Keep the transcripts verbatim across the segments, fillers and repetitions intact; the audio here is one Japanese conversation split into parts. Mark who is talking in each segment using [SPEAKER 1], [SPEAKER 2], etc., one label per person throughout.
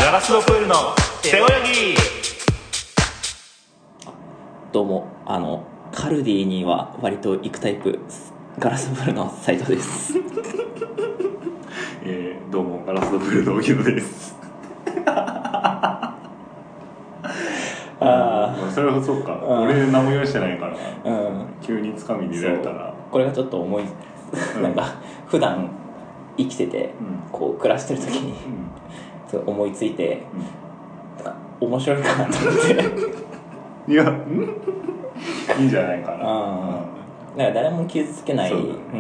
[SPEAKER 1] ガラスのプールの背泳ぎ。
[SPEAKER 2] どうも、あのカルディには割と行くタイプ、ガラスプールの斉藤です
[SPEAKER 3] えー、どうもガラスのプールの荻野です
[SPEAKER 2] ああ、
[SPEAKER 3] うん、それはそうか、
[SPEAKER 2] うん、
[SPEAKER 3] 俺何も用意してないから、
[SPEAKER 2] うん、
[SPEAKER 3] 急につかみに入れられたら
[SPEAKER 2] これがちょっと重いなんか普段生きてて、
[SPEAKER 3] うん、
[SPEAKER 2] こう暮らしてる時に、うん、思いついて、うん、面白いかなと思って
[SPEAKER 3] いやいいんじゃないかな。
[SPEAKER 2] あ、うん、なんか誰も傷つけない、
[SPEAKER 3] う、ね、
[SPEAKER 2] うん、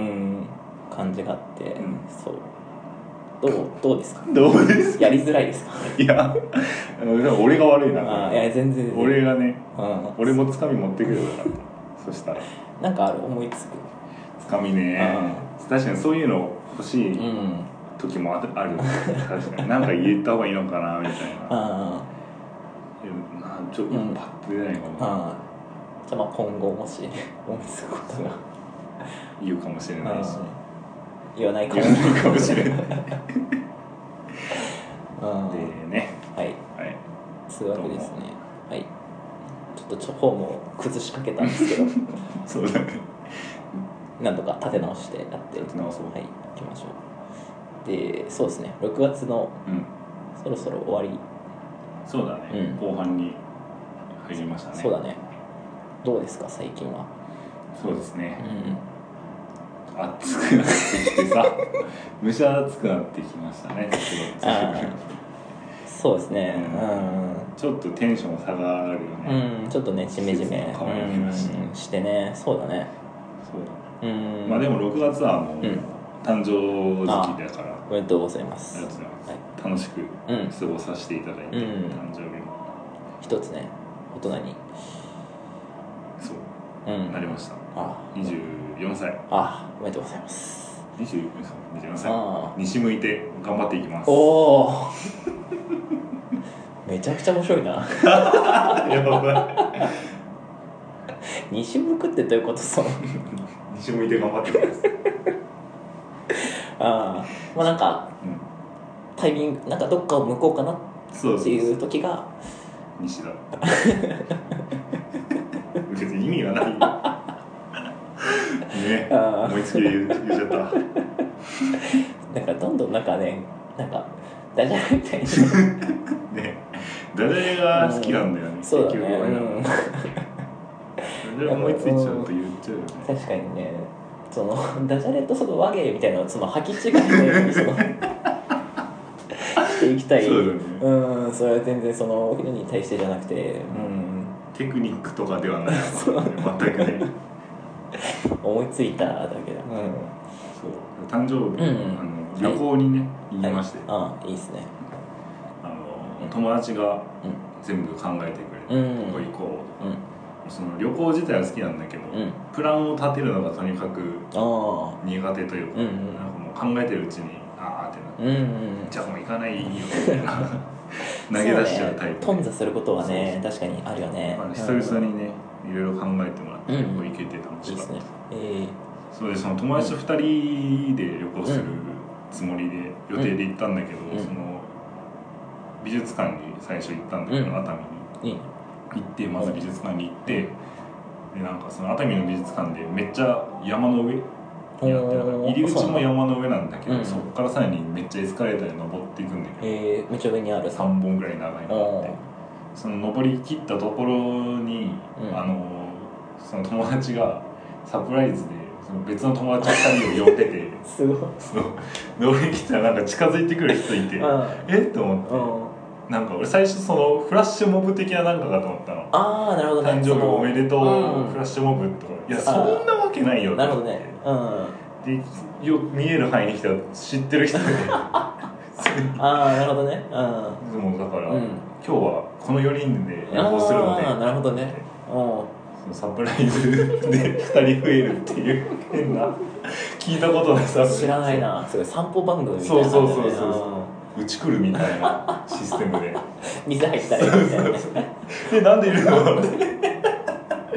[SPEAKER 2] 感じがあって、うん、そうどうどうですか？
[SPEAKER 3] どうですか？
[SPEAKER 2] やりづらいですか？
[SPEAKER 3] いや俺が悪いな。
[SPEAKER 2] あ、いや全然
[SPEAKER 3] 俺がね、
[SPEAKER 2] うん、
[SPEAKER 3] 俺もつかみ持ってくるからそしたら
[SPEAKER 2] なんかある思いつく
[SPEAKER 3] つかみね、うん、確かにそういうの欲しい時もある、うん、確かに何か言った方がいいのかなみたいなちょっとパッと出ないかも、うん、
[SPEAKER 2] じゃあまあ今後もし思いつくことが
[SPEAKER 3] 言うかもしれないし
[SPEAKER 2] 言わないかも
[SPEAKER 3] しれないでね、
[SPEAKER 2] はい、はい、そういうわけですね。はい、ちょっとちょフォームを崩しかけたんですけど
[SPEAKER 3] そうだね、
[SPEAKER 2] なんとか立て直してやって
[SPEAKER 3] 立て直そう、
[SPEAKER 2] はい、いきましょう。で、そうですね、ろくがつの、うん、そろそろ終わり、
[SPEAKER 3] そうだね、うん、後半に入りましたね。
[SPEAKER 2] そうだね。どうですか最近は？
[SPEAKER 3] そうですね、うん、暑くなってきてさ蒸し暑くなってきましたね
[SPEAKER 2] あそうですね、
[SPEAKER 3] うんうん、ちょっとテンション下がるよね、
[SPEAKER 2] うん、ちょっとねジメジメ、うん、してね。そうだね。
[SPEAKER 3] そう、うん、まあでもろくがつはもう、うん、誕生時期だから
[SPEAKER 2] おめでとうございます。
[SPEAKER 3] ありがとうございます、はい、楽しく過ごさせていただいて、うん、誕生日も
[SPEAKER 2] 一つね大人に
[SPEAKER 3] そう、うん、なりました。あにじゅうよんさい。
[SPEAKER 2] あ、おめでとうございます。
[SPEAKER 3] にじゅうよんさい、西向いて頑張っていきます。
[SPEAKER 2] おおめちゃくちゃ面白いな
[SPEAKER 3] やばい
[SPEAKER 2] 西向くってどういうこと？そう
[SPEAKER 3] 西向いて頑張っていきます
[SPEAKER 2] ああ、まあなんか、うん、タイミングなんかどっかを向こうかなっていう時が
[SPEAKER 3] 西だ別に意味がないね、思いつきで言っちゃった
[SPEAKER 2] なんかどんどんなんかね、なんかダジャレみたいに
[SPEAKER 3] ね、ダジャレが好きなんだよね、うん、
[SPEAKER 2] そうだね、
[SPEAKER 3] 結局俺ら、うん、ダジャレ思いついちゃうと言っちゃうよね。確
[SPEAKER 2] かにね、そのダジャレとその和芸みたいなその履き違いのようにそのしていきたい。そうだね、うん、それは全然その人に対してじゃなくて、うん、
[SPEAKER 3] テクニックとかではないからね、全くね
[SPEAKER 2] 思いついただけだ、うん、
[SPEAKER 3] そう誕生日、うん、あの旅行にね、はい、行きまして、
[SPEAKER 2] はい、ああいいですね。
[SPEAKER 3] あの、うん、友達が全部考えてくれて、うん、ここ行こう、うん、その旅行自体は好きなんだけど、うん、プランを立てるのがとにかく苦手というか、うんうん、なんかもう考えてるうちにあーってなって、うんうん、じゃあもう行かないよみたいな投げ出しちゃうタイプ、ね、
[SPEAKER 2] 頓挫することはね、そうそう確かにあるよね、
[SPEAKER 3] まあ、久々にね、いろいろ考えてもらって、うん、行けて楽しかった。いいですね。えー、それでその友達とふたりで旅行するつもりで、予定で行ったんだけど、うん、その美術館に最初行ったんだけど、うん、熱海に行って、まず美術館に行って、でなんかその熱海の美術館でめっちゃ山の上にあって、入り口も山の上なんだけど、そこからさらにめっちゃエスカレーターで登っていくんだけど、
[SPEAKER 2] えー、めっちゃ上にある
[SPEAKER 3] さんぼんぐらい長いのがあって、その登り切ったところに、うん、あのその友達がサプライズでその別の友達ふたりを呼んでて
[SPEAKER 2] すごい
[SPEAKER 3] そう登り切ったらなんか近づいてくる人いてえっと思ってなんか俺最初そのフラッシュモブ的ななんかかと思ったの。
[SPEAKER 2] ああなるほどね。
[SPEAKER 3] 誕生日おめでとう、うん、フラッシュモブとかいやそんなわけないよって
[SPEAKER 2] なるほどね、
[SPEAKER 3] うん、でよ見える範囲に来たら知ってる人で
[SPEAKER 2] ああなるほどね、
[SPEAKER 3] うん、でもだから、うん、今日はこのよにんで旅行するので、
[SPEAKER 2] あなるほどね、
[SPEAKER 3] うん、サプライズでふたり増えるっていう変な聞いたことないさ
[SPEAKER 2] 知らないな。すごい散歩番組みたいな、ね、
[SPEAKER 3] そうそうそうそううち来るみたいなシステムで
[SPEAKER 2] 水入ったらいいみたいな、ね、
[SPEAKER 3] でなんでいるのって
[SPEAKER 2] 本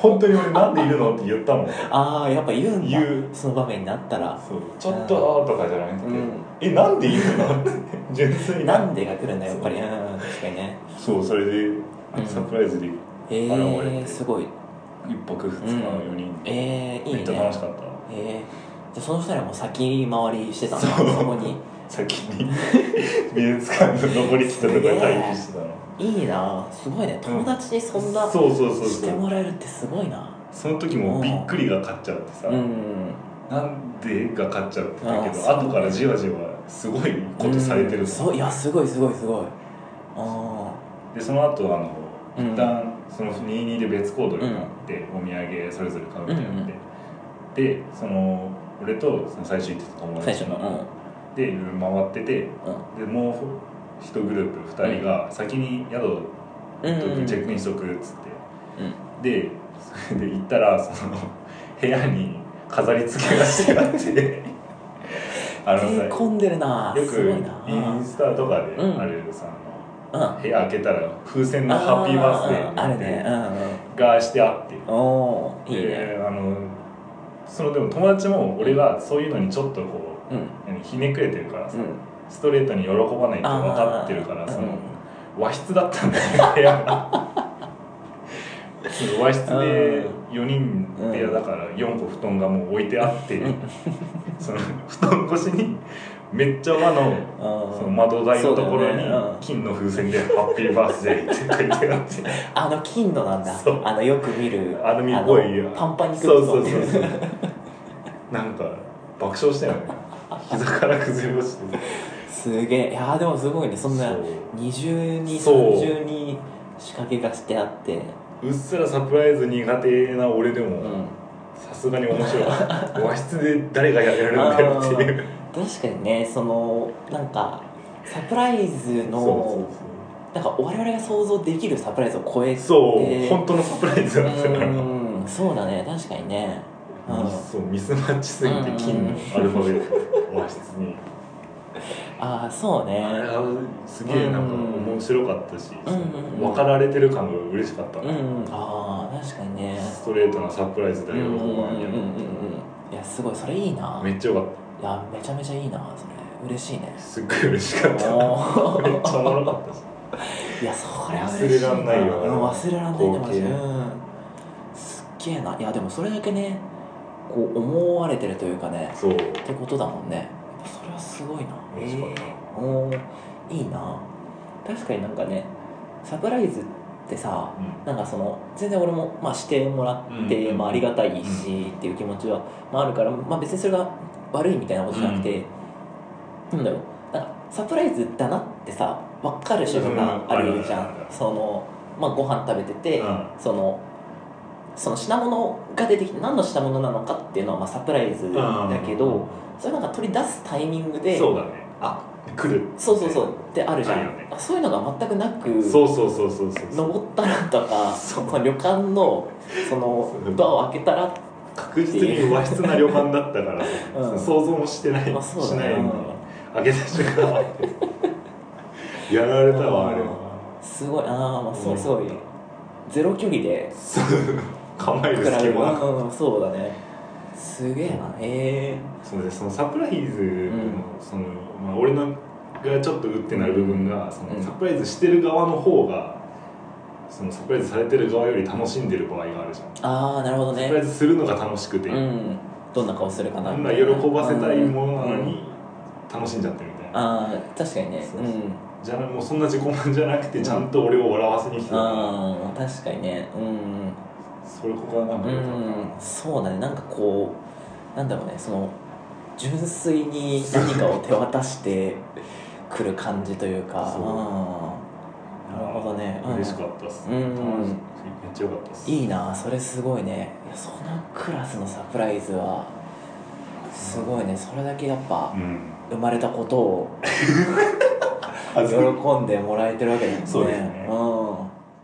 [SPEAKER 3] 本当に俺なんでいるのって言ったもん。
[SPEAKER 2] ああやっぱ言うんだ。
[SPEAKER 3] 言う。
[SPEAKER 2] その場面になったら
[SPEAKER 3] そうちょっととかじゃなくて、
[SPEAKER 2] うん、
[SPEAKER 3] えなんでいるのって純粋
[SPEAKER 2] ななんでが来るんだやっぱり。うん確かにね。そう
[SPEAKER 3] それでサプライズで現れて、
[SPEAKER 2] うん、えー、すごい
[SPEAKER 3] 一泊二日よにんで、
[SPEAKER 2] うん、えー、いいね。
[SPEAKER 3] めっちゃ楽しかった。
[SPEAKER 2] えー、じゃあその二人はもう先回りしてたの？ そ, そこに
[SPEAKER 3] 先に美術館の登りきったとこで待機してたの。
[SPEAKER 2] いいなすごいね。友達にそんな、うん、
[SPEAKER 3] そうそうそうそう
[SPEAKER 2] してもらえるってすごいな。
[SPEAKER 3] その時もびっくりが勝っちゃってさ、うん、なんでが勝っちゃってたけど後からじわじわすごいことされてる、うん、
[SPEAKER 2] そういやすごいすごいすごい。あ
[SPEAKER 3] でその後あの一旦そのにじゅうにで別行動になって、うん、お土産それぞれ買うみたいになって、うんうん、でその俺とその最初行ってた友達の、うん、でいろいろ回ってて、うん、でもう一グループふたりが先に宿とチェックインしとくっつって、うん、でそれで行ったらその部屋に飾り付けがしてあってあのさ
[SPEAKER 2] 混んでるな
[SPEAKER 3] よくインスタとかであるさ、うん、部屋開けたら風船のハッピーバースデー
[SPEAKER 2] あるね、うんうん、
[SPEAKER 3] がしてあって、
[SPEAKER 2] おいいね。
[SPEAKER 3] あのそのでも友達も俺がそういうのにちょっとこう、うん、ひねくれてるからさ、うん、ストレートに喜ばないって分かってるからその、うん、和室だったんだよね部屋が和室でよにん部屋だからよんこ布団がもう置いてあって、うん、その布団越しにめっちゃ和のその窓台のところに金の風船で「ハッピーバースデー」って書いてあって
[SPEAKER 2] あの金のなんだあのよく見る
[SPEAKER 3] アルミっぽい
[SPEAKER 2] パンパンにく
[SPEAKER 3] るそうそうそうそうなんか爆笑したよね膝から崩れ落ちて
[SPEAKER 2] すげえ。いやでもすごいねそんな二重に三重に仕掛けがしてあって
[SPEAKER 3] うっすらサプライズ苦手な俺でもさすがに面白い和室で誰がやれるんだよっていう
[SPEAKER 2] 確かにねそのなんかサプライズのそうそうそうなんか我々が想像できるサプライズを超えて
[SPEAKER 3] そう本当のサプライズなんですよ
[SPEAKER 2] うんそうだね確かにね、
[SPEAKER 3] うん、そうミスマッチすぎて金のアルファベット和室に
[SPEAKER 2] ああそうね
[SPEAKER 3] あれはすげえなんか面白かったし、うんうんうん、分かられてる感が嬉しかった、
[SPEAKER 2] うんうん、ああ確かにね
[SPEAKER 3] ストレートなサプライズで喜ばんや、うんうんうんうん、
[SPEAKER 2] いやすごいそれいいな
[SPEAKER 3] めっちゃよかった
[SPEAKER 2] いやめちゃめちゃいいなそれ嬉しいね
[SPEAKER 3] すっごい嬉しかっためっちゃおもろかったし
[SPEAKER 2] いやそれは嬉しいな
[SPEAKER 3] 忘れらんないよ
[SPEAKER 2] 忘れらんないってマジで、うん、すっげえないやでもそれだけねこう思われてるというかね
[SPEAKER 3] そう
[SPEAKER 2] ってことだもんねそれはすごいな
[SPEAKER 3] 嬉しかった、
[SPEAKER 2] えー、おいいな確かになんかねサプライズってさ、うん、なんかその全然俺も、まあ、してもらって、うんまあ、ありがたいし、うん、っていう気持ちは、まあ、あるから、まあ、別にそれが悪いみたいなことじゃなくて、うん、なんだろうなんかサプライズだなってさ分かる瞬間があるじゃん、うん、その、まあ、ご飯食べてて、うん、そのその品物が出てきて何の品物なのかっていうのはまあサプライズだけど、うん、それなんか取り出すタイミングで
[SPEAKER 3] そうだねあ来る
[SPEAKER 2] そうそうそうってあるじゃん、ね、そういうのが全くなく
[SPEAKER 3] そうそうそうそうそう
[SPEAKER 2] 登ったらとかその旅館のそのドアを開けたら
[SPEAKER 3] 確実に和室な旅館だったから、うん、想像もしてない、まあそうだね、しないのに開けた瞬間やられたわあれは
[SPEAKER 2] すごいああまあそうすごいゼロ距離で
[SPEAKER 3] 構える隙間なく、
[SPEAKER 2] うん、そうだねすげえなへえ
[SPEAKER 3] そうですそのサプライズの、うん、そのまあ、俺のがちょっとうってなる部分がそのサプライズしてる側の方がそのサプライズされてる側より楽しんでる場合があるじゃん
[SPEAKER 2] ああなるほどね
[SPEAKER 3] サプライズするのが楽しくて、
[SPEAKER 2] うん、どんな顔するかな
[SPEAKER 3] 喜ばせたいものなのに楽しんじゃってるみたいな、
[SPEAKER 2] ああ確かにね
[SPEAKER 3] そうそう、うん、じゃあもうそんな自己満じゃなくてちゃんと俺を笑わせに来てるから、
[SPEAKER 2] うん、あ確かにねうん
[SPEAKER 3] それここはなんかよかった、うん、
[SPEAKER 2] そうだねなんかこうなんだろうねその純粋に何かを手渡してくる感じというかそう、うん、なるほどね、
[SPEAKER 3] うん、嬉しかったっす、うん、めっちゃよかったっす
[SPEAKER 2] いいなそれすごいねそのクラスのサプライズはすごいねそれだけやっぱ、うん、生まれたことを喜んでもらえてるわけですね
[SPEAKER 3] そうですね、うん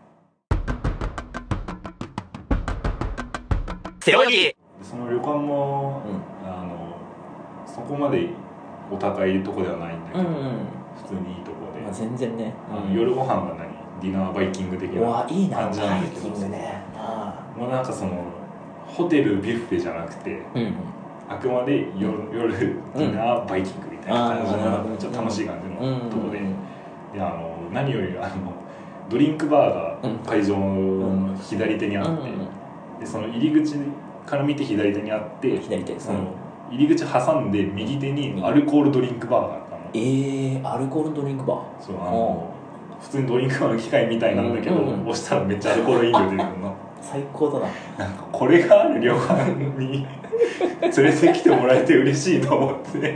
[SPEAKER 1] 背泳ぎ
[SPEAKER 3] その旅館も、うん、あのそこまでお高いとこではないんだけど、うんうん、普通にいいとこで、
[SPEAKER 2] まあ、全然ね、
[SPEAKER 3] うん、夜ご飯が何ディナーバイキング的な感じなんだけど
[SPEAKER 2] うわいいなバイキングねあ
[SPEAKER 3] もうなんかそのホテルビュッフェじゃなくて、うんうん、あくまで夜、夜ディナーバイキングみたいな感じの、うん、ちょっと楽しい感じのところで、うんうん、であの何よりあのドリンクバーが会場の左手にあって、うんうん、でその入り口から見て左手にあって
[SPEAKER 2] 左手、
[SPEAKER 3] その入り口挟んで右手にアルコールドリンクバーがあったの。
[SPEAKER 2] えー、アルコールドリンクバー。
[SPEAKER 3] そうあの普通にドリンクバーの機械みたいなんだけど、うんうんうん、押したらめっちゃアルコール飲料出てくるの。
[SPEAKER 2] 最高だな。
[SPEAKER 3] なんかこれがある旅館に連れてきてもらえて嬉しいと思って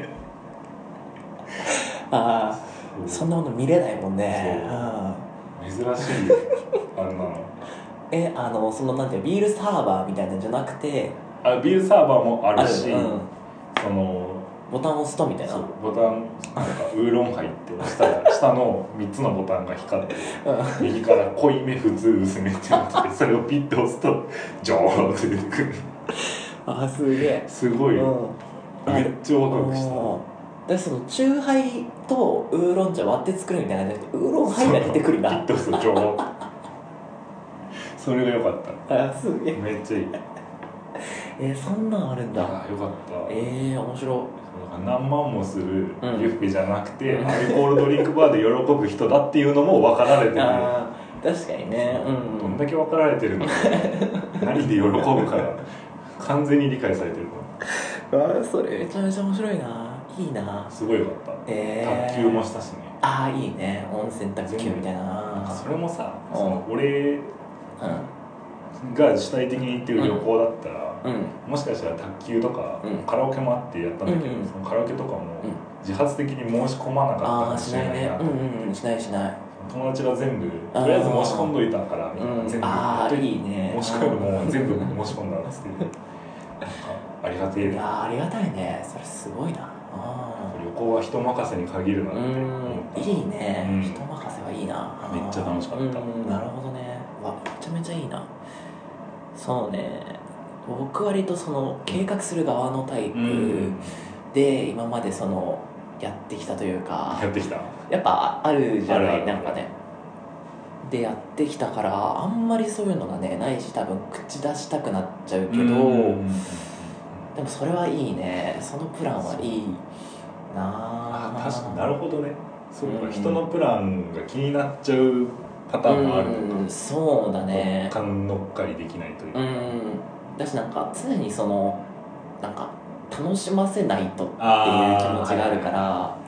[SPEAKER 2] ああ そ, そんなもの見れないもんね。
[SPEAKER 3] 珍しいあんなの
[SPEAKER 2] えあのそのなんていうビールサーバーみたいなんじゃなくて、
[SPEAKER 3] あビールサーバーもあるし、うん、その
[SPEAKER 2] ボタンを押すとみたいな。
[SPEAKER 3] ボタンなんかウーロンハイって押したら下のみっつのボタンが光って右から濃いめ普通薄めってなっててそれをピッて押すとジョーって出てくる。
[SPEAKER 2] あすげえ
[SPEAKER 3] すごい、うん、めっちゃワクワクした。
[SPEAKER 2] でそのチューハイとウーロン茶割って作るみたいな感じでウーロンハイが出てくるんだ。
[SPEAKER 3] ピッて押すとジョーそれが良かった。
[SPEAKER 2] あすげえ
[SPEAKER 3] めっちゃいい。
[SPEAKER 2] えー、そんなんあるんだ。
[SPEAKER 3] あよかった。
[SPEAKER 2] えー、面白い。
[SPEAKER 3] 何万もするビュッフェじゃなくて、うん、アルコールドリンクバーで喜ぶ人だっていうのも分かられてる。
[SPEAKER 2] あ確かにね、うん、
[SPEAKER 3] どんだけ分かられてるのか何で喜ぶから完全に理解されてる
[SPEAKER 2] あそれめちゃめちゃ面白いな。いいな。
[SPEAKER 3] すごいよかった、えー、卓球もしたしね。
[SPEAKER 2] ああいいね温泉卓球みたいな。
[SPEAKER 3] それもさその俺、うんが主体的に行ってる旅行だったら、うん、もしかしたら卓球とか、うん、カラオケもあってやったんだけど、うん、そのカラオケとかも自発的に申し込まなかったかもしれないなと思って、
[SPEAKER 2] うんうん、しないしない。
[SPEAKER 3] 友達が全部とりあえず申し込んどいたからみたいな、うん、全部
[SPEAKER 2] あいいね
[SPEAKER 3] 申し込むのも全部申し込んだんですけどなんかありがてえ。
[SPEAKER 2] いやありがたいね。それすごいな。
[SPEAKER 3] あ旅行は人任せに限るなって思った。
[SPEAKER 2] いいね、うん、人任せはいいな。
[SPEAKER 3] めっちゃ楽しかった。うん
[SPEAKER 2] なるほどね。わめちゃめちゃいいな。そうね僕割とその計画する側のタイプで今までそのやってきたというか
[SPEAKER 3] やってきた
[SPEAKER 2] やっぱあるじゃないなんかねでやってきたからあんまりそういうのがねないし多分口出したくなっちゃうけどでもそれはいいね。そのプランはいいなあ。
[SPEAKER 3] 確かになるほどね。そうか、うん、人のプランが気になっちゃうパターンもあるのか、
[SPEAKER 2] うん、そうだね。
[SPEAKER 3] 乗っかりできないというか、うん、
[SPEAKER 2] だしなんか常にそのなんか楽しませないとっていう気持ちがあるから、はい、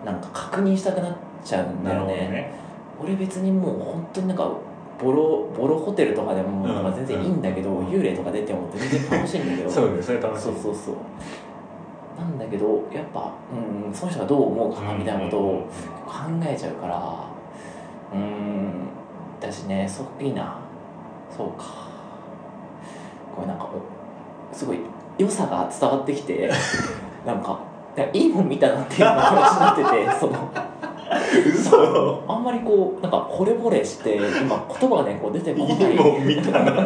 [SPEAKER 2] なんか確認したくなっちゃうんだよ ね, ね俺別にもう本当になんかボロボロホテルとかでもなんか全然いいんだけど、うん、幽霊とか出ても全然楽しいんだけど
[SPEAKER 3] そうねそれ楽しい。
[SPEAKER 2] そうそうそうなんだけどやっぱ、うん、その人がどう思うかなみたいなことを考えちゃうからうーんだしねそういいな。そうかこれなんかすごい良さが伝わってきてなんかいいもん見たなっていう話になっててその
[SPEAKER 3] 嘘
[SPEAKER 2] あんまりこうなんか惚れ惚れして今言葉がねこう出てこない。
[SPEAKER 3] いいもん見たな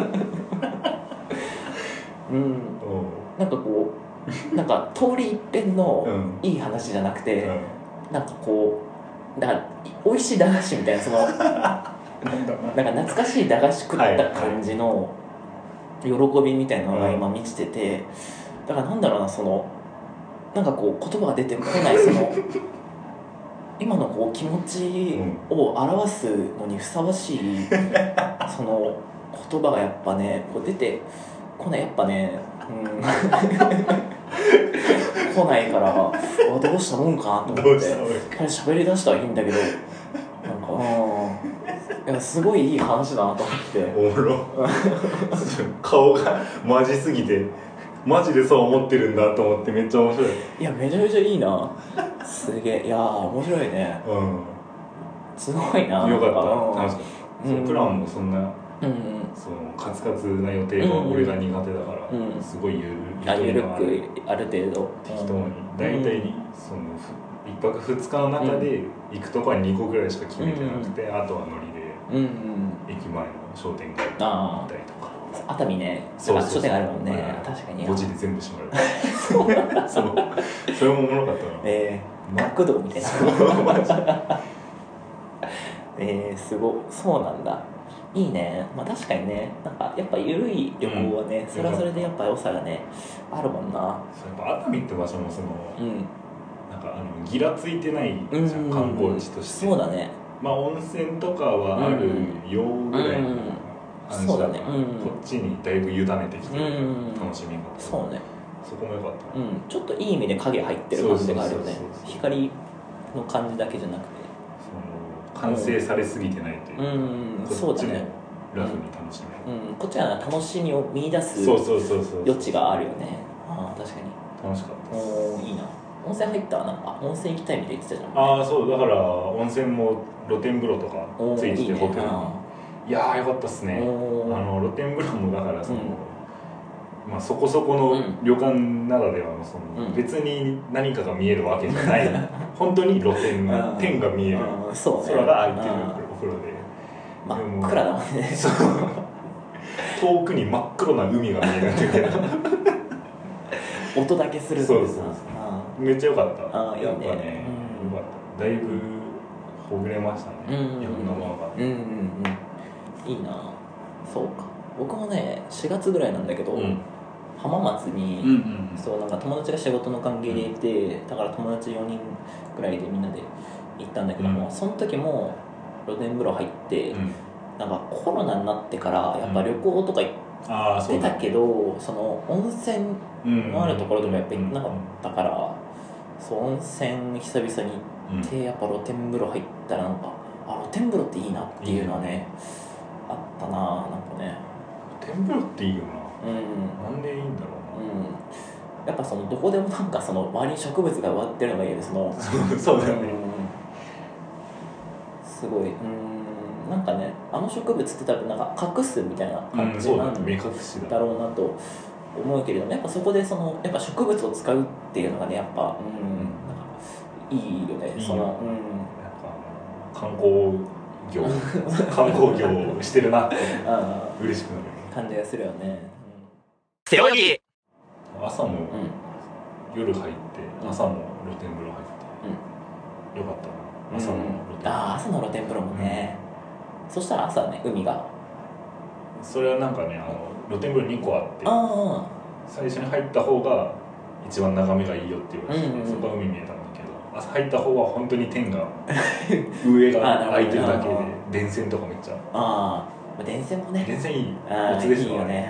[SPEAKER 2] うんなんかこうなんか通り一遍のいい話じゃなくて、うん、なんかこうだから美味しい駄菓子みたいなそのなんか懐かしい駄菓子食った感じの喜びみたいなのが今満ちてて、だからなんだろうなそのなんかこう言葉が出てこないその今のこう気持ちを表すのにふさわしいその言葉がやっぱねこう出てこないやっぱね、うん来ないからどうしたもんかなと思って喋り出したらいいんだけどなんかうんいやすごいいい話だなと思って
[SPEAKER 3] おもろ顔がマジすぎてマジでそう思ってるんだと思ってめっちゃ面白い。
[SPEAKER 2] いやめちゃめちゃいいなすげえいや面白いね、うん、すごいな。
[SPEAKER 3] よかった楽しかった、うん、プランもそんな、うんうん、そのカツカツな予定は俺が苦手だから、うん、すごいゆる
[SPEAKER 2] ゆるくある程度
[SPEAKER 3] 適当に大体、うん、そのいっぱくふつかの中で行くとこはにこぐらいしか決めてなくて、うん、あとはノリで、うんうん、駅前の商店街行ったりとか。
[SPEAKER 2] 熱海ねそうそうそう商店あるもんね、確かに
[SPEAKER 3] ごじで全部閉まるそうそれもおもろかったな。
[SPEAKER 2] えー、学童みたいなえー、すごそうなんだ。 いいね。まあ確かにね、なんかやっぱ緩い旅行はね、うん、それはそれでやっぱ良さがねあるもんな。
[SPEAKER 3] そうやっぱ熱海って場所もその、
[SPEAKER 2] うん、
[SPEAKER 3] なんかあのギラついてないじゃん、うん、観光地として。
[SPEAKER 2] そうだね。
[SPEAKER 3] まあ温泉とかはあるよぐらいの感じだから、うん、こっちにだいぶ委ねてきて、うん、楽しみが。
[SPEAKER 2] そうね。
[SPEAKER 3] そこも良かった、
[SPEAKER 2] うん、ちょっといい意味で影入ってる感じがあるよね。光の感じだけじゃなくて、
[SPEAKER 3] その完成されすぎてないというか、うん、
[SPEAKER 2] そうだね。
[SPEAKER 3] ラフに楽しめる、
[SPEAKER 2] うん、こっちは楽しみを見出す余地があるよね。ああ確かに
[SPEAKER 3] 楽しかったです。
[SPEAKER 2] おいいな。温泉入ったらなんか温泉行きたいみたいに言ってたじゃん、ね、
[SPEAKER 3] ああそうだから温泉も露天風呂とかついててホテルに い, いやーよかったっすね。あの露天風呂もだからその、うんまあ、そこそこの旅館ならではのその、うん、別に何かが見えるわけじゃない本当に露天天が見える、
[SPEAKER 2] そうね、
[SPEAKER 3] 空が空いてるお風呂で
[SPEAKER 2] 真っ暗だもんね。
[SPEAKER 3] 遠くに真っ黒な海が見えるんだけど
[SPEAKER 2] 音だけする。
[SPEAKER 3] そうそうそうめっちゃ良かった。
[SPEAKER 2] ああいいね。
[SPEAKER 3] やっぱね、うん、よかった。だいぶほぐれましたね、うんうんうん、いろんなものが、
[SPEAKER 2] うんうんうん、いいな。そうか僕もねしがつぐらいなんだけど、うん、浜松に、うんうん、そうなんか友達が仕事の関係でいて、うん、だから友達よにんぐらいでみんなで行ったんだけども、うん、その時も露天風呂入って、うん、なんかコロナになってからやっぱ旅行とか行ってたけど、うん、その温泉のあるところでもやっぱりなかったから、うん、そう温泉久々に行って、うん、やっぱ露天風呂入ったらなんかあ露天風呂っていいなっていうのはね、いいあったな。なんかね
[SPEAKER 3] 露天風呂っていいよな、
[SPEAKER 2] うん、
[SPEAKER 3] なんでいいんだろうな、
[SPEAKER 2] うん、やっぱそのどこでもなんかその周りに植物が植わってるのがいいです。その
[SPEAKER 3] そうだよね、
[SPEAKER 2] うん、すごい、うん、なんかねあの植物って多分なんか隠すみたいな感じなんだろうなと思うけれども、やっぱそこでそのやっぱ植物を使うっていうのがねやっぱ、うん、なんかいいよね。
[SPEAKER 3] いいよ、
[SPEAKER 2] その、うん、やっ
[SPEAKER 3] ぱ観光業観光業をしてるなって嬉しくなる
[SPEAKER 2] 感じがするよね。
[SPEAKER 1] 背泳ぎ
[SPEAKER 3] 朝も、うん、夜入って朝も露天風呂入って、うん、よかったな朝の露天風呂、
[SPEAKER 2] うん、あ朝の露天風呂もね、うん、そしたら朝ね海が
[SPEAKER 3] それはなんかねあの露天風呂にこあって、
[SPEAKER 2] あ
[SPEAKER 3] 最初に入った方が一番眺めがいいよって言われて、うんうん、そこは海見えたんだけど朝入った方は本当に天が上が開いてるだけで電線とかめっちゃ
[SPEAKER 2] ああ電線もね
[SPEAKER 3] 電線いいおつでしょ
[SPEAKER 2] いいよね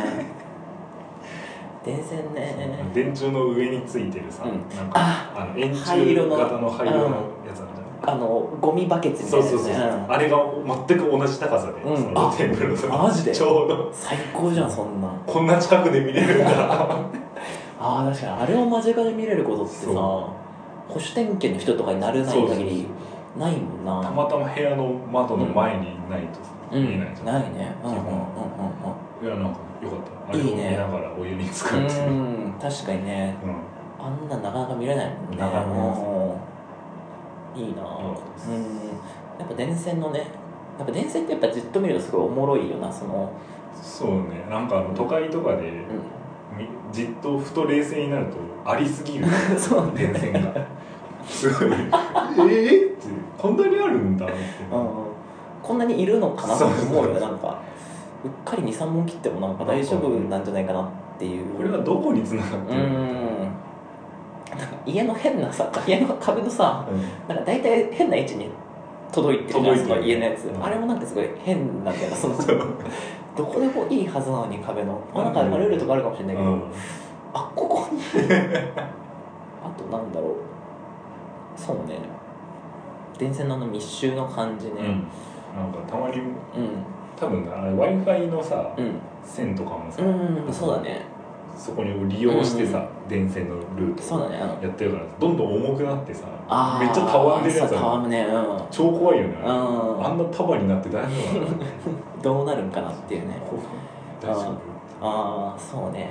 [SPEAKER 2] 電線ね
[SPEAKER 3] 電柱の上についてるさ、うん、なんかあの円柱型の灰色のやつあるじゃん、
[SPEAKER 2] あのゴミバケツみたいなやつ、ね、
[SPEAKER 3] そうそうそう、うん、あれが全く同じ高さで、うん、その露天風呂
[SPEAKER 2] マジで
[SPEAKER 3] ちょうど
[SPEAKER 2] 最高じゃんそんな
[SPEAKER 3] こんな近くで見れるんだ
[SPEAKER 2] ああ確かにあれを間近で見れることってさ保守点検の人とかになれない限りないもんな。
[SPEAKER 3] たまたま部屋の窓の前にないとさ、うん、見えないじゃん、
[SPEAKER 2] ないね、うんうんうんうん、
[SPEAKER 3] いやなんかよかったあれを見ながらお湯に浸かるっていう、
[SPEAKER 2] うん確かにね、うん、あんななかなか見れないもんね。
[SPEAKER 3] なかなか
[SPEAKER 2] いいな、うん、やっぱ電線のねやっぱ電線ってやっぱじっと見るとすごいおもろいよな。その
[SPEAKER 3] そうねなんかあの都会とかで、うん、じっとふと冷静になるとありすぎる
[SPEAKER 2] そう、ね、
[SPEAKER 3] 電線がすごいえーってこんなにあるんだって、
[SPEAKER 2] うん、こんなにいるのかなって思うよ。なんかうっかり にさんぼん切ってもなんか大丈夫なんじゃないかなっていう。
[SPEAKER 3] これはどこに繋がってるの？
[SPEAKER 2] うんなんか家の変なさ家の壁のさ、うん、なんか大体変な位置に届いてるじゃんその家のやつ、うん、あれもなんかすごい変なんだよなそのどこでもいいはずなのに壁の、まあ、なんかルールとかあるかもしれないけど、うん、あここにあとなんだろうそうね電線のあの密集の感じね、うん、
[SPEAKER 3] なんかたまに、うん、多分あれ Wi-Fi のさ、うん、線とかもさ、
[SPEAKER 2] うんうん、そうだね
[SPEAKER 3] そこに利用してさ、うん、電線のルートをやってるからどんどん重くなってさめっちゃたわんでるやつある、ねうん、超怖いよね、うん、あんな束になって大丈夫なの
[SPEAKER 2] どうなるんかなっていうね
[SPEAKER 3] 大丈夫
[SPEAKER 2] ああそうね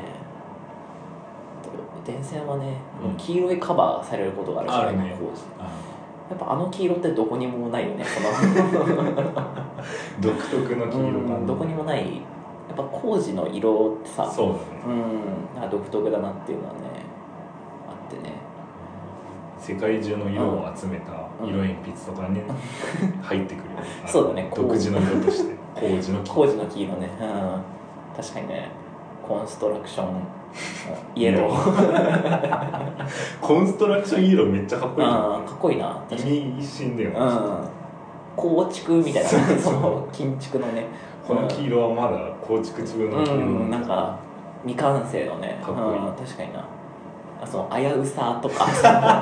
[SPEAKER 2] 電線はね、うん、黄色いカバーされることがあるからね工事やっぱあの黄色ってどこにもないよねその
[SPEAKER 3] 独特の黄色感、
[SPEAKER 2] うん、どこにもないやっぱ工事の色ってさ
[SPEAKER 3] そうだね、
[SPEAKER 2] うん、なんか独特だなっていうのはねあってね
[SPEAKER 3] 世界中の色を集めた色鉛筆とかに、ね、入ってくるよ、
[SPEAKER 2] そうだね
[SPEAKER 3] 独自の色として工事の木
[SPEAKER 2] 工事の黄色ね、うん、確かにね。コンストラクションイエロー
[SPEAKER 3] コンストラクションイエローめっちゃかっこいいじゃん。
[SPEAKER 2] かっこいいな。
[SPEAKER 3] 意味一新だよね、
[SPEAKER 2] うん、構築みたいなその建築のね、
[SPEAKER 3] この黄色はまだ構築中の黄色、うん、
[SPEAKER 2] なんか未完成のね、
[SPEAKER 3] かっこいい、
[SPEAKER 2] うん、確かにな。その危うさとか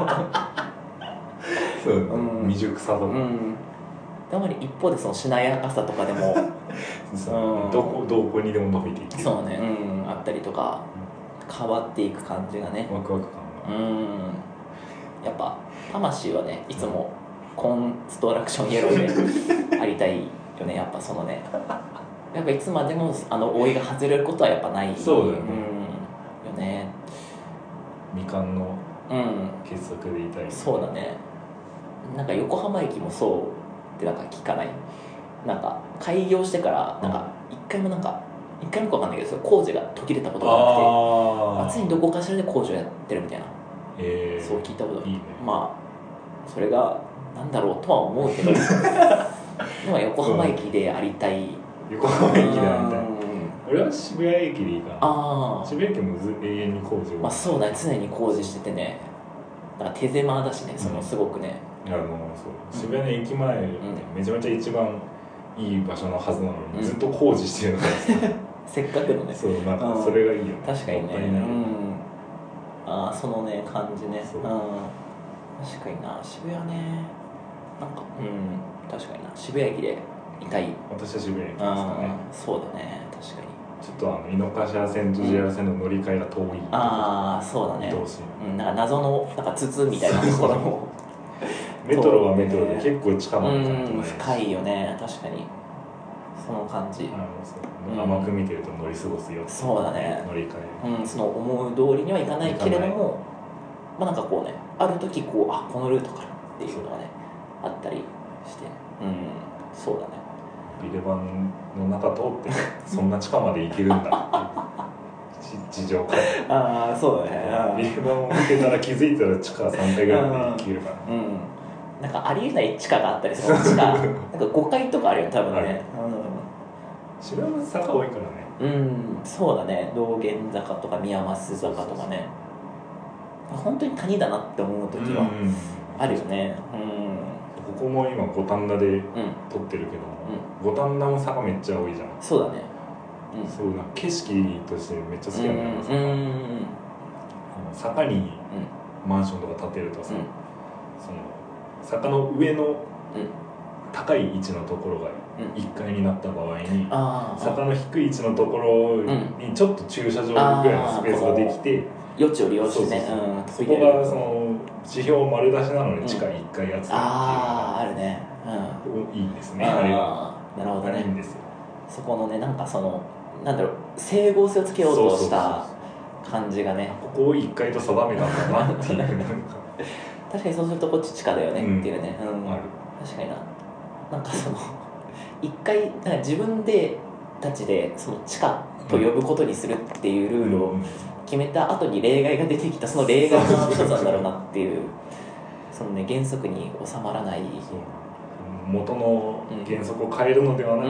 [SPEAKER 3] そう、うん、未熟さとか、うん、
[SPEAKER 2] たまに一方でそのしなやかさとかでも
[SPEAKER 3] そう、うん、どこどこにでも伸びていく、
[SPEAKER 2] そうね、うん、あったりとか、変わっていく感じがね、
[SPEAKER 3] ワクワク感が、うん、
[SPEAKER 2] やっぱ魂はね、いつもコンストラクションイエローでありたいよね。やっぱそのね、やっぱいつまでもあの覆いが外れることはやっぱない。
[SPEAKER 3] そうだよね、
[SPEAKER 2] うん、よね。
[SPEAKER 3] 未完の結束でいたい、
[SPEAKER 2] うん、そうだね。なんか横浜駅もそうってなんか聞かない。なんか開業してからなんか一回もなんか一回もかわかんないけど、それ工事が途切れたことがなくて、常にどこかしらで工事をやってるみたいな、えー、そう聞いたこと。
[SPEAKER 3] いいね。
[SPEAKER 2] まあそれがなんだろうとは思うけどでも横浜駅でありたい、
[SPEAKER 3] 横浜駅でありたい。俺は渋谷駅でいいかな。あ、渋谷駅もず永遠に工事を、
[SPEAKER 2] まあそうだね、常に工事しててね、だから手狭だしね、そのすごくね、
[SPEAKER 3] うん、あのそう渋谷の駅前、うん、めちゃめちゃ一番いい場所のはずなのに、うん、ずっと工事してるのが
[SPEAKER 2] せっかくのね、
[SPEAKER 3] そう、なんかそれがいいよね、
[SPEAKER 2] 確かにね、うん、ああそのね感じね、うん、確かにな。渋谷ね、なんかうん確かにな、渋谷駅でいたい。
[SPEAKER 3] 私は渋谷駅ですかね。
[SPEAKER 2] そうだね、確かに。
[SPEAKER 3] ちょっとあの井の頭線と ジェイアール 線の乗り換えが遠い、うん、
[SPEAKER 2] ああそうだね、うん、なんか謎のなんか筒みたいなところも
[SPEAKER 3] メトロはメトロで結構近まで感じない、
[SPEAKER 2] うん、深いよね、確かにその感じ。
[SPEAKER 3] あのそう甘く見てると乗り過ごすよ、
[SPEAKER 2] そうだね、
[SPEAKER 3] 乗り換
[SPEAKER 2] え、うん、その思う通りにはいかないけれども、まあなんかこうね、ある時こう、あこのルートからっていうのがねあったりして、うん、そうだね、
[SPEAKER 3] ビレバンの中通ってそんな地下まで行けるんだって地上から、
[SPEAKER 2] ああそうだね、
[SPEAKER 3] ビレバンを見てたら気づいたら地下さんかいぐらいまで行けるから、
[SPEAKER 2] うん、なんかありえない地下があったりする、地下なんかごかいとかあるよ多分ね、
[SPEAKER 3] うん、渋谷の坂多いからね、
[SPEAKER 2] うん、そうだね、道玄坂とか宮益坂とかね、本当に谷だなって思う時はあるよね、うん、
[SPEAKER 3] ここも今五反田で撮ってるけど、うん、五反田も坂めっちゃ多いじゃん。
[SPEAKER 2] そうだね、
[SPEAKER 3] うん、そうな景色としてめっちゃ好きなんだよ、坂、うんうん、坂にマンションとか建てるとさ、うん、その坂の上の高い位置のところがいっかいになった場合に、うん、坂の低い位置のところにちょっと駐車場ぐらいのスペースができて、
[SPEAKER 2] 余地を利用してね、
[SPEAKER 3] そこがその指標丸出しなのに地下いっかいやつっていうのが、
[SPEAKER 2] あああるね、
[SPEAKER 3] うん、いいですね、あれが。
[SPEAKER 2] なるほどね、
[SPEAKER 3] いいんですよ。
[SPEAKER 2] そこのね、なんかそのなんだろう、整合性をつけようとした感じがね、
[SPEAKER 3] ここをいっかいと定めたんだなっていうなんか
[SPEAKER 2] 確かにそうするとこっち地下だよねっていうね、うん、
[SPEAKER 3] ある。
[SPEAKER 2] 確かにな、なんかその一回なんか自分でたちでその地下と呼ぶことにするっていうルールを決めた後に例外が出てきた、その例外の一つなんだろうなっていうそのね原則に収まらない、
[SPEAKER 3] 元の原則を変えるのではなく、うん、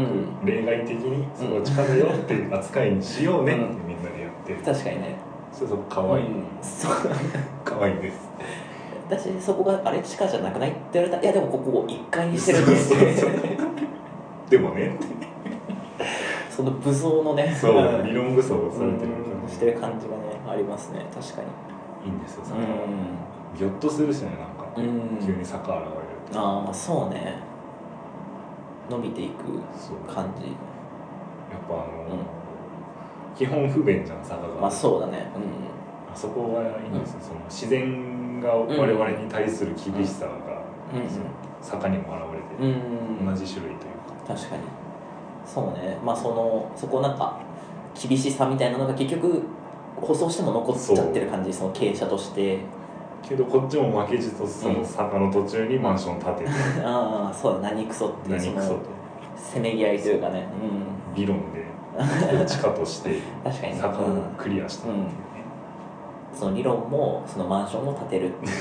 [SPEAKER 3] 例外的にそこを地下だよっていう扱いにしようねってみんなでやってる、うん、確
[SPEAKER 2] かにね、
[SPEAKER 3] それそこかわいい、うん、そうかわいいです。
[SPEAKER 2] 私そこがあれ地下じゃなくないって言われたら、いやでもここをいっかいにしてるんですって
[SPEAKER 3] でもね
[SPEAKER 2] その武装のね、
[SPEAKER 3] そう理論武装をされてる
[SPEAKER 2] 感じしてる感じがねありますね、確かに。
[SPEAKER 3] いいんですよ坂は、ギョッとするしね、なんか急に坂現れる、
[SPEAKER 2] ああそうね、伸びていく感じ、
[SPEAKER 3] やっぱあの、うん、基本不便じゃん坂が。
[SPEAKER 2] まあそうだね、うん、
[SPEAKER 3] あそこがいいんですよ、うん、その自然が我々に対する厳しさが、うん、その坂にも現れて、うん、同じ種類というか。
[SPEAKER 2] 確かにそうね、まあそのそこなんか厳しさみたいなのが結局舗装しても残っちゃってる感じ、 そ, その傾斜として
[SPEAKER 3] けどこっちも負けじとその坂の途中にマンション建てて、
[SPEAKER 2] うん、ああそうだ、何クソっていうそのせめぎ合いというかね、
[SPEAKER 3] うん、理論で地下として坂をクリアしたっていうね、
[SPEAKER 2] うん、その理論もそのマンションも建てるって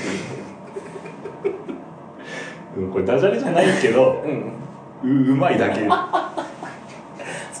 [SPEAKER 2] いう
[SPEAKER 3] これダジャレじゃないけど、うん、う, うまいだけ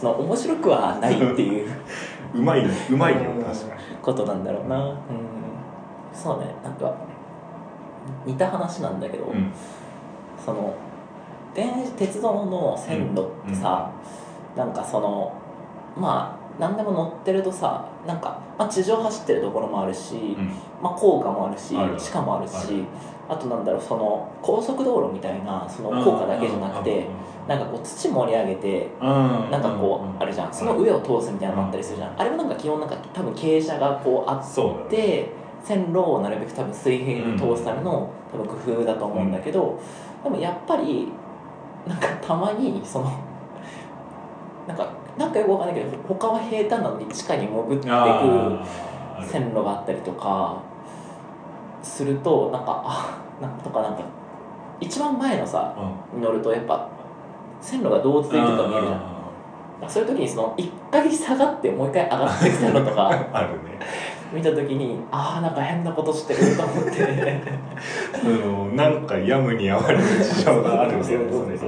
[SPEAKER 2] その面白くはないっていう
[SPEAKER 3] うまいうまいよ確かに
[SPEAKER 2] ことなんだろうな、うん、そうね、なんか似た話なんだけど、うん、その電鉄道の線路ってさ、うんうん、なんかそのまあ何でも乗ってるとさ、なんか、まあ、地上走ってるところもあるし、うん、まあ、高架もあるし、地下もあるし、あとなんだろう、その高速道路みたいなその高架だけじゃなくて、なんかこう土盛り上げて、なんかこうあるじゃん、その上を通すみたいなのあったりするじゃん。あれもなんか基本なんか多分傾斜がこうあって、線路をなるべく多分水平に通すための多分工夫だと思うんだけど、でもやっぱりなんかたまにそのなんかなんかよくわかんないけど、他は平坦なのに地下に潜っていく線路があったりとかすると、なんかあなんとかなんか一番前のさ、うん、に乗るとやっぱ線路がどう続いてるか見えるじゃん。そういう時にその一回下がってもう一回上がってきたのとか
[SPEAKER 3] あるね
[SPEAKER 2] 見た時に、ああなんか変なことしてると思って
[SPEAKER 3] そのなんかやむにやまれる事情があるんだよね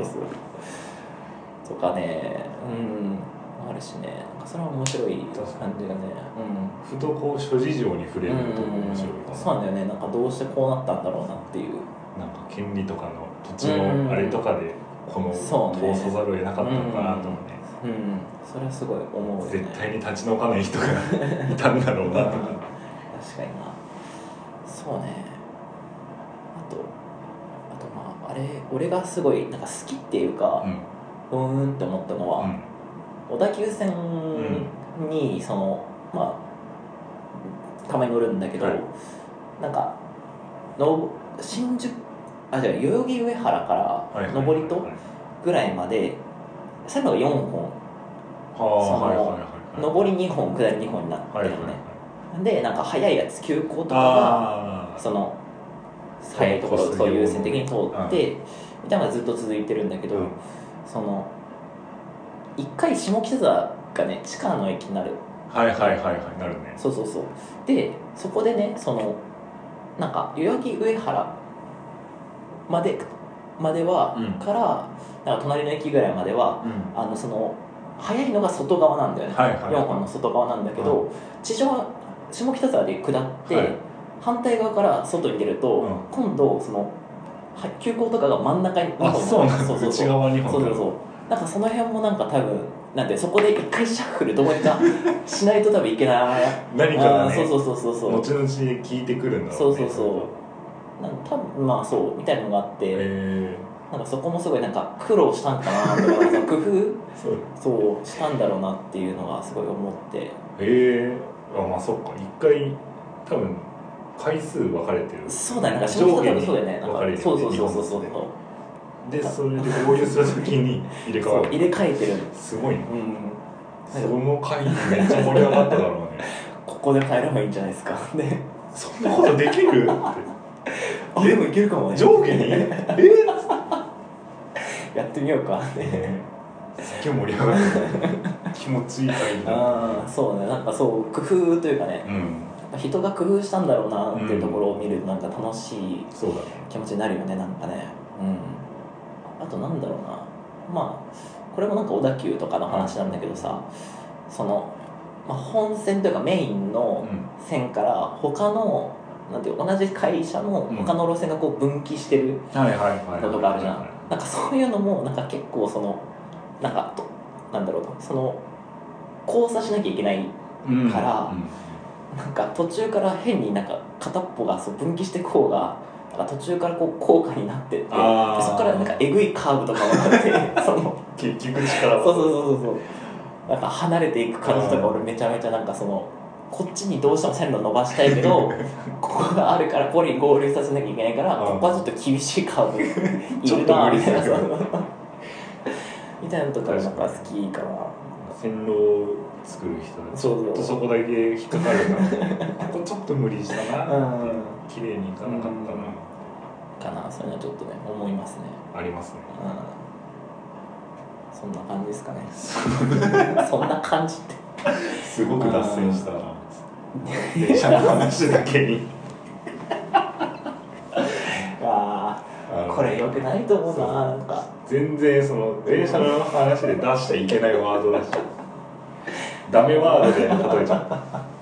[SPEAKER 2] とかね、うんあるしね、なんかそれは面白い感じがね、
[SPEAKER 3] うん、ふとこう諸事情に触れると面白いかな。
[SPEAKER 2] そうなんだよね、なんかどうしてこうなったんだろうなっていう、
[SPEAKER 3] なんか権利とかの土地のあれとかでこの通さざるを得なかったのかなとかね、
[SPEAKER 2] うん、うん、それはすごい思うよね。
[SPEAKER 3] 絶対に立ち退かない人がいたんだろうなとか確かにな。
[SPEAKER 2] そうね、あとあとまああれ俺がすごいなんか好きっていうか、うん、うーんって思ったのは、うん、小田急線にその、まあたまに乗るんだけど、はい、なんかの新宿あじゃあ代々木上原から上りとぐらいまで線路がよんほん、その上りにほん下りにほんになってるのね、はいはいはい、でなんか速いやつ急行とかがその速いところをそう優先的に通ってみたいなのがずっと続いてるんだけど、うん、その一回下北沢がね地下の駅になる。
[SPEAKER 3] はいはいはいはいなるね。
[SPEAKER 2] そうそうそう。でそこでねそのなんか代々木上原までまでは、うん、からなんか隣の駅ぐらいまでは、うん、あのその早いのが外側なんだよね、はいはいはい、よんほんの外側なんだけど、うん、地上下北沢で下って、はい、反対側から外に出ると、うん、今度その急行とかが真ん中ににほん
[SPEAKER 3] あそうなんそうそうそう内側にほん
[SPEAKER 2] そうそうそうなんかその辺もなんか多分なんでそこで一回シャッフルどこにかしないと多分いけない
[SPEAKER 3] 何かがね
[SPEAKER 2] そうそうそうそうそう
[SPEAKER 3] 後々で聞いてくるんだろうね。
[SPEAKER 2] そうそうそうなん多分まあそうみたいなのがあってなんかそこもすごいなんか苦労したんかなとかその工夫そうそうしたんだろうなっていうのがすごい思ってへ
[SPEAKER 3] えー、あまあそっか一回多分回数分かれてる
[SPEAKER 2] そうだねなんか上下に分かれてるそうそうそうそうそう
[SPEAKER 3] でそれで合流するときに入れ替わる
[SPEAKER 2] 入れ替えてる
[SPEAKER 3] すごいね、うん、その回めっちゃ盛り上がっただろうね
[SPEAKER 2] ここで変えればいいんじゃないですかね
[SPEAKER 3] そんなことできるって
[SPEAKER 2] あでもいけるかもね
[SPEAKER 3] 上下にえ
[SPEAKER 2] やってみようか
[SPEAKER 3] ねすっげえ盛り上がる気持ちいい回
[SPEAKER 2] ああそうねなんかそう工夫というかね、うん、人が工夫したんだろうなっていうところを見るとなんか楽しい気持ちになるよねなんかねうんあとなんだろうなまあこれもなんか小田急とかの話なんだけどさ、うん、その、まあ、本線というかメインの線から他のなんていう同じ会社の他の路線がこう分岐してるのとかあるじゃんなんかそういうのもなんか結構そのなんかとなんだろうなその交差しなきゃいけないから、うんうん、なんか途中から変になんか片っぽがそう分岐していく方が途中からこう高架になってってそこからなんかえぐいカーブとかもあってその
[SPEAKER 3] 結局力
[SPEAKER 2] そうそうそうそうそうなんか離れていく感じとか俺めちゃめちゃなんかそのこっちにどうしても線路伸ばしたいけどここがあるからここに合流させなきゃいけないからここはちょっと厳しいカーブいるなみたいなみたいなのとかなんか好きかな
[SPEAKER 3] 線路を作る人はちょっとそこだけ引っかかるなここちょっと無理したなって綺麗にいかなかったな
[SPEAKER 2] かなそういうのはちょっとね思いますね
[SPEAKER 3] ありますね、
[SPEAKER 2] うん、そんな感じですかねそんな感じって
[SPEAKER 3] すごく脱線したな電車の話だけに
[SPEAKER 2] ああこれ良くないと思うななんか
[SPEAKER 3] 全然その電車の話で出しちゃいけないワードだしダメワードで例えちゃう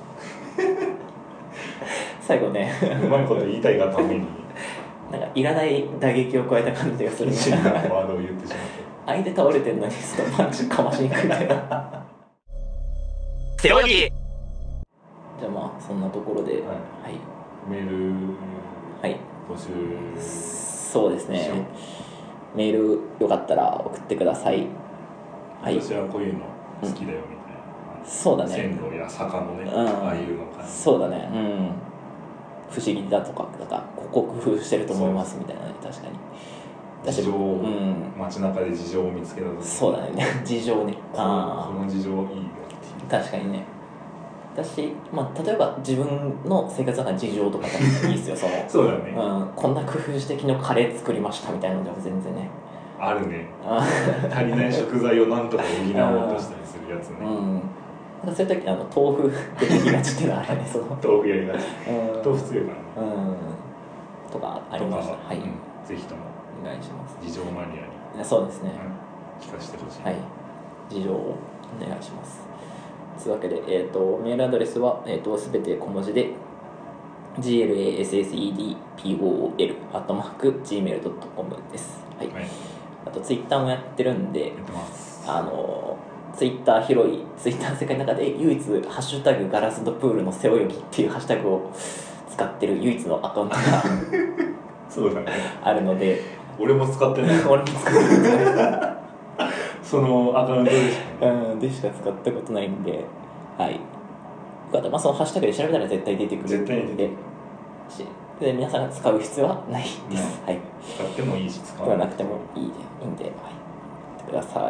[SPEAKER 2] 最後ね
[SPEAKER 3] うまいこと言いたいがために
[SPEAKER 2] なんかいらない打撃を加えた感じがするね
[SPEAKER 3] 真なワードを言ってしまって
[SPEAKER 2] 相手倒れてるのにそのパンチかましにくいみたいな
[SPEAKER 1] 背泳ぎ。
[SPEAKER 2] じゃあまあそんなところで、はい、はい、
[SPEAKER 3] メール
[SPEAKER 2] はい
[SPEAKER 3] 募集
[SPEAKER 2] そうですねメールよかったら送ってください。はい、
[SPEAKER 3] 私はこういうの好きだよみたいな、
[SPEAKER 2] うん、そうだね
[SPEAKER 3] 線路や坂のね、
[SPEAKER 2] うん、
[SPEAKER 3] ああいうのか
[SPEAKER 2] そうだね、うん、不思議だとかなんかここ工夫してると思いますみたいなね確かに
[SPEAKER 3] 事情、
[SPEAKER 2] うん、
[SPEAKER 3] 街中で事情を見つけたとき
[SPEAKER 2] そうだね事情ね
[SPEAKER 3] あこの事情いいよっていう
[SPEAKER 2] 確かにね私、まあ、例えば自分の生活の中の事情とかでいいですよその
[SPEAKER 3] そうだね、
[SPEAKER 2] うん、こんな工夫して昨日カレー作りましたみたいなのでも全然ね
[SPEAKER 3] あるね足りない食材をなんとか補おうとしたりするやつね、
[SPEAKER 2] うん、なんかそういう時あの豆腐できがちっていうのはあれねその
[SPEAKER 3] 豆腐やりがち、うん、豆腐強いか
[SPEAKER 2] らね、うん、とかありました。はい、うん、
[SPEAKER 3] ぜひとも
[SPEAKER 2] お願いします。
[SPEAKER 3] 事情マニアに
[SPEAKER 2] そうですね、
[SPEAKER 3] うん、聞かせてほしい。
[SPEAKER 2] はい、事情をお願いします。というわけで、えー、とメールアドレスは、えー、と全て小文字で ジーエルエーエスエスイーディーピーオーエル アットマーク ジーメールドットコム です。はい。はい、あとツイッターもやってるんで、
[SPEAKER 3] やってます。
[SPEAKER 2] あのツイッター広いツイッターの世界の中で唯一ハッシュタグガラスのプールの背泳ぎっていうハッシュタグを使ってる唯一のアカウントが
[SPEAKER 3] そうだね。
[SPEAKER 2] あるので、
[SPEAKER 3] 俺も使ってない。
[SPEAKER 2] 俺も使ってない。
[SPEAKER 3] そのアカウントでし
[SPEAKER 2] か、うん、でしか使ったことないんで、はい。よかったら、まあ、そのハッシュタグで調べたら絶対出てくる
[SPEAKER 3] んで、絶対出て
[SPEAKER 2] くるで、皆さんが使う必要はないです。うん、はい。
[SPEAKER 3] 使ってもいいし、使
[SPEAKER 2] わなくてもいいで、いいんで、はい。やってください。はい。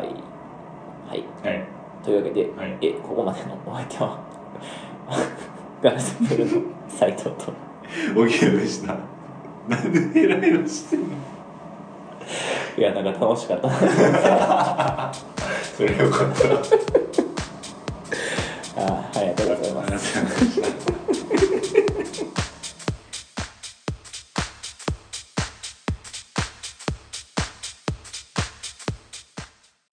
[SPEAKER 3] はい。
[SPEAKER 2] というわけで、
[SPEAKER 3] はい、
[SPEAKER 2] えここまでのお相手はガラスプールの斉藤と
[SPEAKER 3] おぎやでした。なんでヘラヘラしてんの？
[SPEAKER 2] いや、なんか楽しかった
[SPEAKER 3] それよかった。
[SPEAKER 2] あ、ありがとうございます。